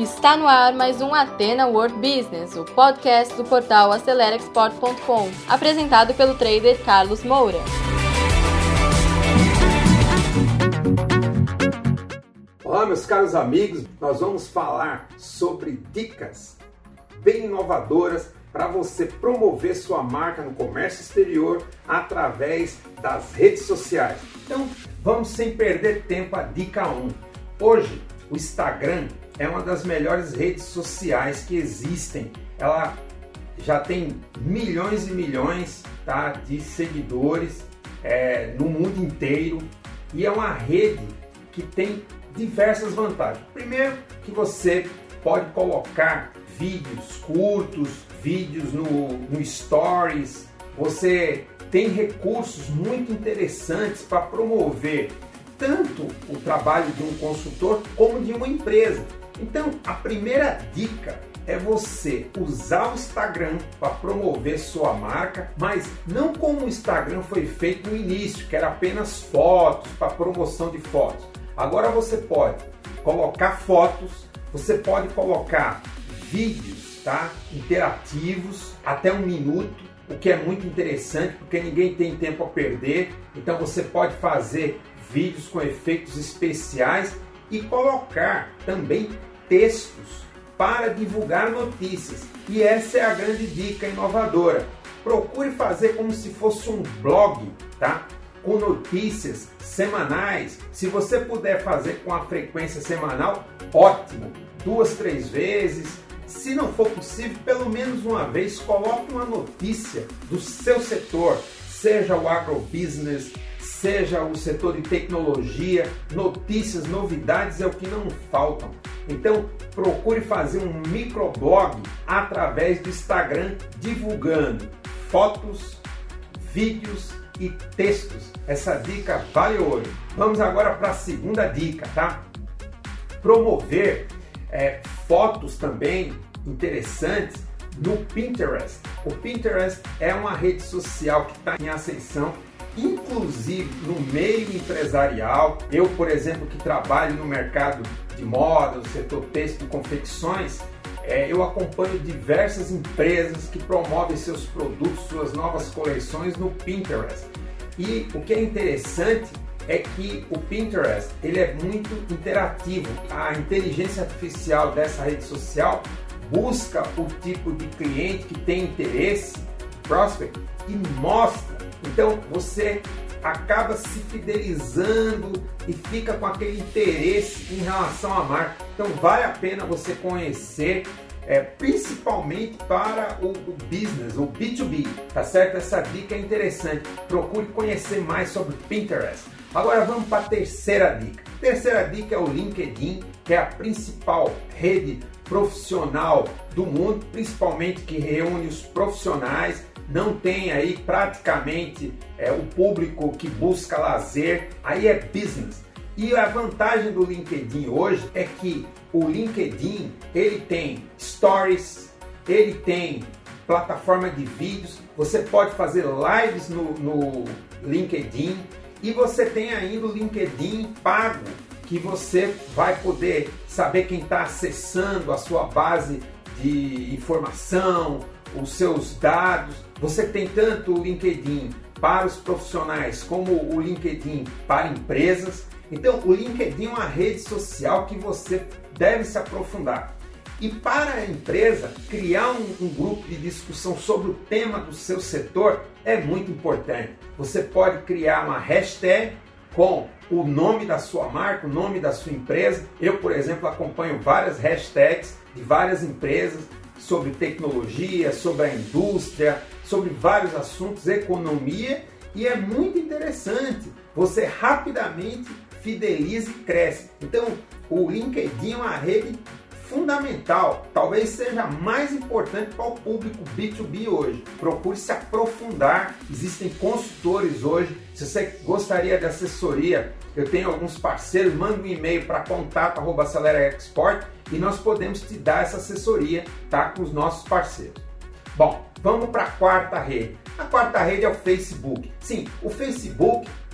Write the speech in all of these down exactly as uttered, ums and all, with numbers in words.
Está no ar mais um Athena World Business, o podcast do portal acelera export ponto com, apresentado pelo trader Carlos Moura. Olá, meus caros amigos, nós vamos falar sobre dicas bem inovadoras para você promover sua marca no comércio exterior através das redes sociais. Então, vamos sem perder tempo a dica um. Hoje, o Instagram é uma das melhores redes sociais que existem. Ela já tem milhões e milhões, tá, de seguidores é, no mundo inteiro e é uma rede que tem diversas vantagens. Primeiro, que você pode colocar vídeos curtos, vídeos no, no Stories. Você tem recursos muito interessantes para promover tanto o trabalho de um consultor como de uma empresa. Então, a primeira dica é você usar o Instagram para promover sua marca, mas não como o Instagram foi feito no início, que era apenas fotos, para promoção de fotos. Agora você pode colocar fotos, você pode colocar vídeos, tá, interativos, até um minuto, o que é muito interessante, porque ninguém tem tempo a perder. Então você pode fazer vídeos com efeitos especiais e colocar também textos para divulgar notícias. E essa é a grande dica inovadora. Procure fazer como se fosse um blog, tá? Com notícias semanais. Se você puder fazer com a frequência semanal, ótimo. Duas, três vezes. Se não for possível, pelo menos uma vez, coloque uma notícia do seu setor, seja o agrobusiness, seja o setor de tecnologia. Notícias, novidades é o que não faltam. Então, procure fazer um microblog através do Instagram, divulgando fotos, vídeos e textos. Essa dica vale ouro. Vamos agora para a segunda dica, tá? Promover é, fotos também interessantes no Pinterest. O Pinterest é uma rede social que está em ascensão, inclusive no meio empresarial. Eu, por exemplo, que trabalho no mercado de moda, no setor têxtil e confecções, é, eu acompanho diversas empresas que promovem seus produtos, suas novas coleções no Pinterest. E o que é interessante é que o Pinterest ele é muito interativo. A inteligência artificial dessa rede social busca o tipo de cliente que tem interesse, prospect, e mostra. Então você acaba se fidelizando e fica com aquele interesse em relação à marca. Então vale a pena você conhecer, é, principalmente para o, o business, o B dois B, tá certo? Essa dica é interessante. Procure conhecer mais sobre Pinterest. Agora vamos para a terceira dica. A terceira dica é o LinkedIn, que é a principal rede profissional do mundo, principalmente que reúne os profissionais. Não tem aí praticamente é, o público que busca lazer, aí é business. E a vantagem do LinkedIn hoje é que o LinkedIn ele tem stories, ele tem plataforma de vídeos, você pode fazer lives no, no LinkedIn e você tem ainda o LinkedIn pago, que você vai poder saber quem está acessando a sua base de informação, os seus dados. Você tem tanto o LinkedIn para os profissionais como o LinkedIn para empresas. Então o LinkedIn é uma rede social que você deve se aprofundar. E para a empresa, criar um, um grupo de discussão sobre o tema do seu setor é muito importante. Você pode criar uma hashtag com o nome da sua marca, o nome da sua empresa. Eu, por exemplo, acompanho várias hashtags de várias empresas sobre tecnologia, sobre a indústria, sobre vários assuntos, economia, e é muito interessante. Você rapidamente fideliza e cresce. Então, o LinkedIn é uma rede fundamental, talvez seja mais importante para o público B dois B hoje. Procure se aprofundar, existem consultores hoje. Se você gostaria de assessoria, eu tenho alguns parceiros, manda um e-mail para contato arroba acelera export e nós podemos te dar essa assessoria, tá, com os nossos parceiros. Bom, vamos para a quarta rede. A quarta rede é o Facebook. Sim, o Facebook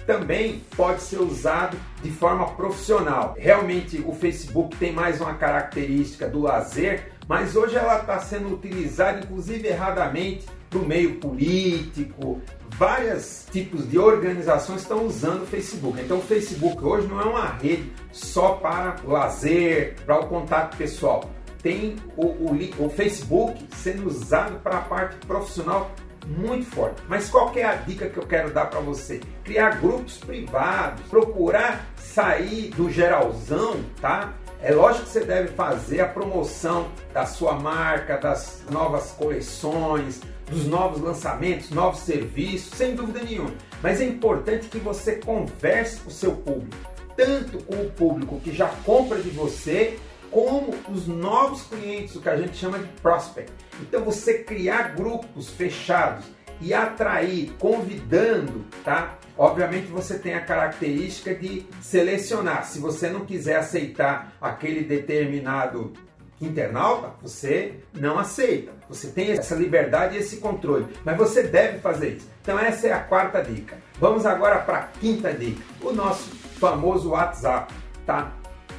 também pode ser usado de forma profissional. Realmente o Facebook tem mais uma característica do lazer, mas hoje ela está sendo utilizada, inclusive erradamente, para o meio político. Vários tipos de organizações estão usando o Facebook. Então o Facebook hoje não é uma rede só para o lazer, para o contato pessoal. Tem o, o, o Facebook sendo usado para a parte profissional muito forte. Mas qual que é a dica que eu quero dar para você? Criar grupos privados, procurar sair do geralzão, tá? É lógico que você deve fazer a promoção da sua marca, das novas coleções, dos novos lançamentos, novos serviços, sem dúvida nenhuma. Mas é importante que você converse com o seu público, tanto com o público que já compra de você, como os novos clientes, o que a gente chama de prospect. Então você criar grupos fechados e atrair, convidando, tá? Obviamente você tem a característica de selecionar. Se você não quiser aceitar aquele determinado internauta, você não aceita. Você tem essa liberdade e esse controle, mas você deve fazer isso. Então essa é a quarta dica. Vamos agora para a quinta dica, o nosso famoso WhatsApp, tá?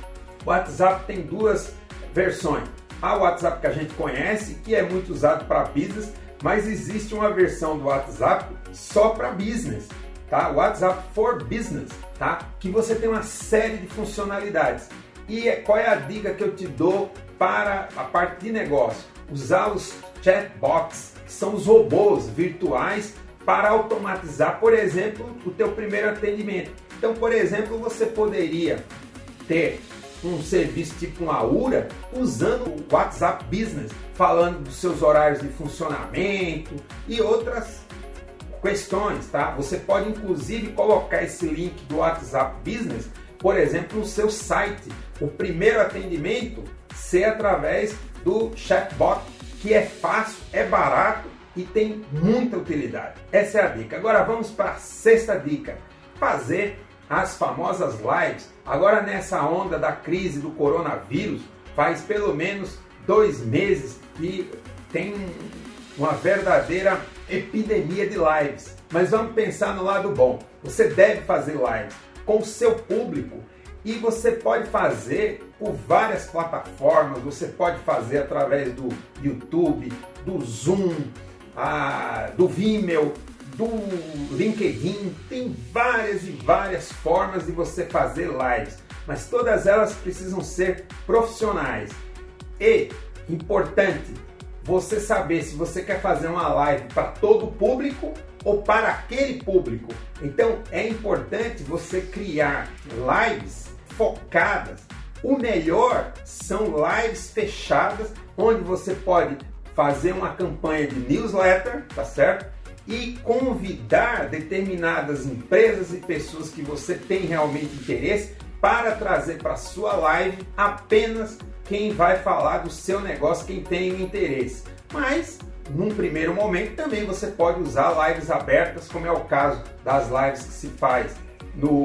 O WhatsApp tem duas versões. Há o WhatsApp que a gente conhece, que é muito usado para business, mas existe uma versão do WhatsApp só para business, tá? O WhatsApp for Business, tá? Que você tem uma série de funcionalidades. E qual é a dica que eu te dou para a parte de negócio? Usar os chatbots, que são os robôs virtuais, para automatizar, por exemplo, o teu primeiro atendimento. Então, por exemplo, você poderia ter um serviço tipo uma Ura usando o WhatsApp Business, falando dos seus horários de funcionamento e outras questões, tá? Você pode inclusive colocar esse link do WhatsApp Business, por exemplo, no seu site. O primeiro atendimento ser através do chatbot, que é fácil, é barato e tem muita utilidade. Essa é a dica. Agora vamos para a sexta dica: fazer as famosas lives. Agora nessa onda da crise do coronavírus, faz pelo menos dois meses que tem uma verdadeira epidemia de lives. Mas vamos pensar no lado bom. Você deve fazer lives com o seu público e você pode fazer por várias plataformas. Você pode fazer através do YouTube, do Zoom, a, do Vimeo, do LinkedIn. Tem várias e várias formas de você fazer lives, mas todas elas precisam ser profissionais. E, importante, você saber se você quer fazer uma live para todo o público ou para aquele público. Então é importante você criar lives focadas. O melhor são lives fechadas, onde você pode fazer uma campanha de newsletter, tá certo? E convidar determinadas empresas e pessoas que você tem realmente interesse para trazer para a sua live apenas quem vai falar do seu negócio, quem tem o interesse. Mas, num primeiro momento, também você pode usar lives abertas, como é o caso das lives que se faz no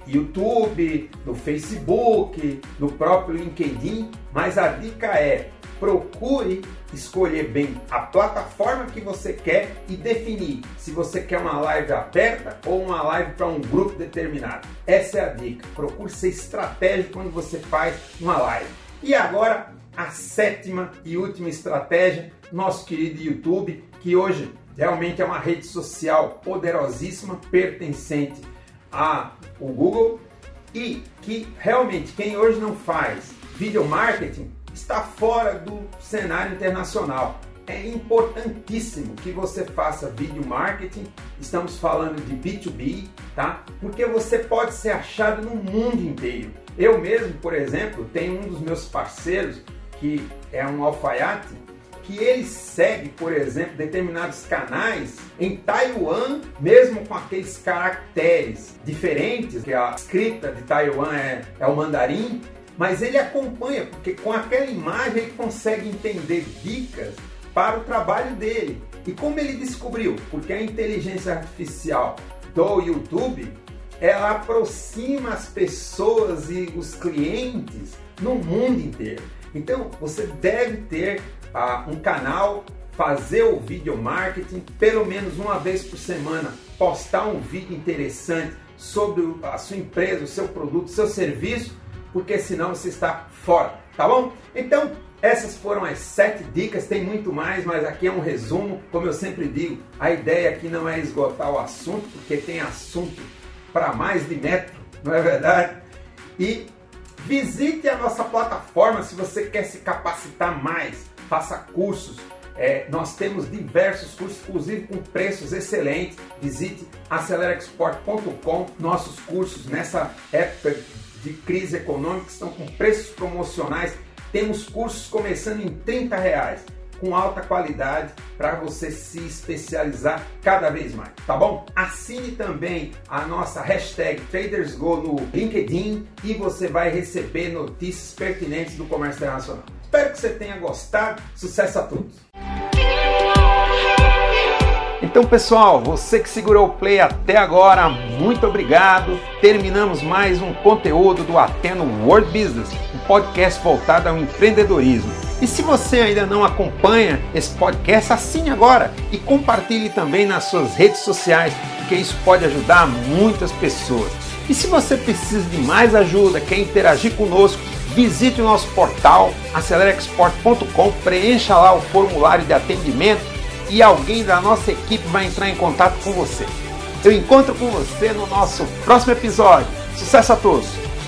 YouTube, no Facebook, no próprio LinkedIn. Mas a dica é: procure escolher bem a plataforma que você quer e definir se você quer uma live aberta ou uma live para um grupo determinado. Essa é a dica. Procure ser estratégico quando você faz uma live. E agora, a sétima e última estratégia, nosso querido YouTube, que hoje realmente é uma rede social poderosíssima, pertencente ao Google, e que realmente quem hoje não faz video marketing está fora do cenário internacional. É importantíssimo que você faça video marketing. Estamos falando de B dois B, tá? Porque você pode ser achado no mundo inteiro. Eu mesmo, por exemplo, tenho um dos meus parceiros que é um alfaiate, que ele segue, por exemplo, determinados canais em Taiwan, mesmo com aqueles caracteres diferentes, que a escrita de Taiwan é, é o mandarim, mas ele acompanha, porque com aquela imagem ele consegue entender dicas para o trabalho dele. E como ele descobriu? Porque a inteligência artificial do YouTube, ela aproxima as pessoas e os clientes no mundo inteiro. Então você deve ter uh, um canal, fazer o video marketing, pelo menos uma vez por semana, postar um vídeo interessante sobre a sua empresa, o seu produto, o seu serviço, porque senão você está fora, tá bom? Então, essas foram as sete dicas, tem muito mais, mas aqui é um resumo. Como eu sempre digo, a ideia aqui não é esgotar o assunto, porque tem assunto para mais de metro, não é verdade? E visite a nossa plataforma se você quer se capacitar mais, faça cursos. É, nós temos diversos cursos, inclusive com preços excelentes. Visite acelera export ponto com. Nossos cursos nessa época de crise econômica estão com preços promocionais. Temos cursos começando em trinta reais, com alta qualidade, para você se especializar cada vez mais, tá bom? Assine também a nossa hashtag TradersGo no LinkedIn e você vai receber notícias pertinentes do comércio internacional. Espero que você tenha gostado. Sucesso a todos! Então, pessoal, você que segurou o play até agora, muito obrigado. Terminamos mais um conteúdo do Athena World Business, um podcast voltado ao empreendedorismo. E se você ainda não acompanha esse podcast, assine agora e compartilhe também nas suas redes sociais, porque isso pode ajudar muitas pessoas. E se você precisa de mais ajuda, quer interagir conosco, visite o nosso portal acelera export ponto com, preencha lá o formulário de atendimento e alguém da nossa equipe vai entrar em contato com você. Eu encontro com você no nosso próximo episódio. Sucesso a todos!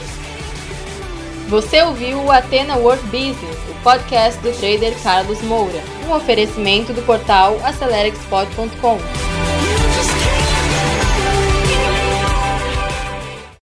Você ouviu o Athena World Business, o podcast do trader Carlos Moura, um oferecimento do portal acelera export ponto com.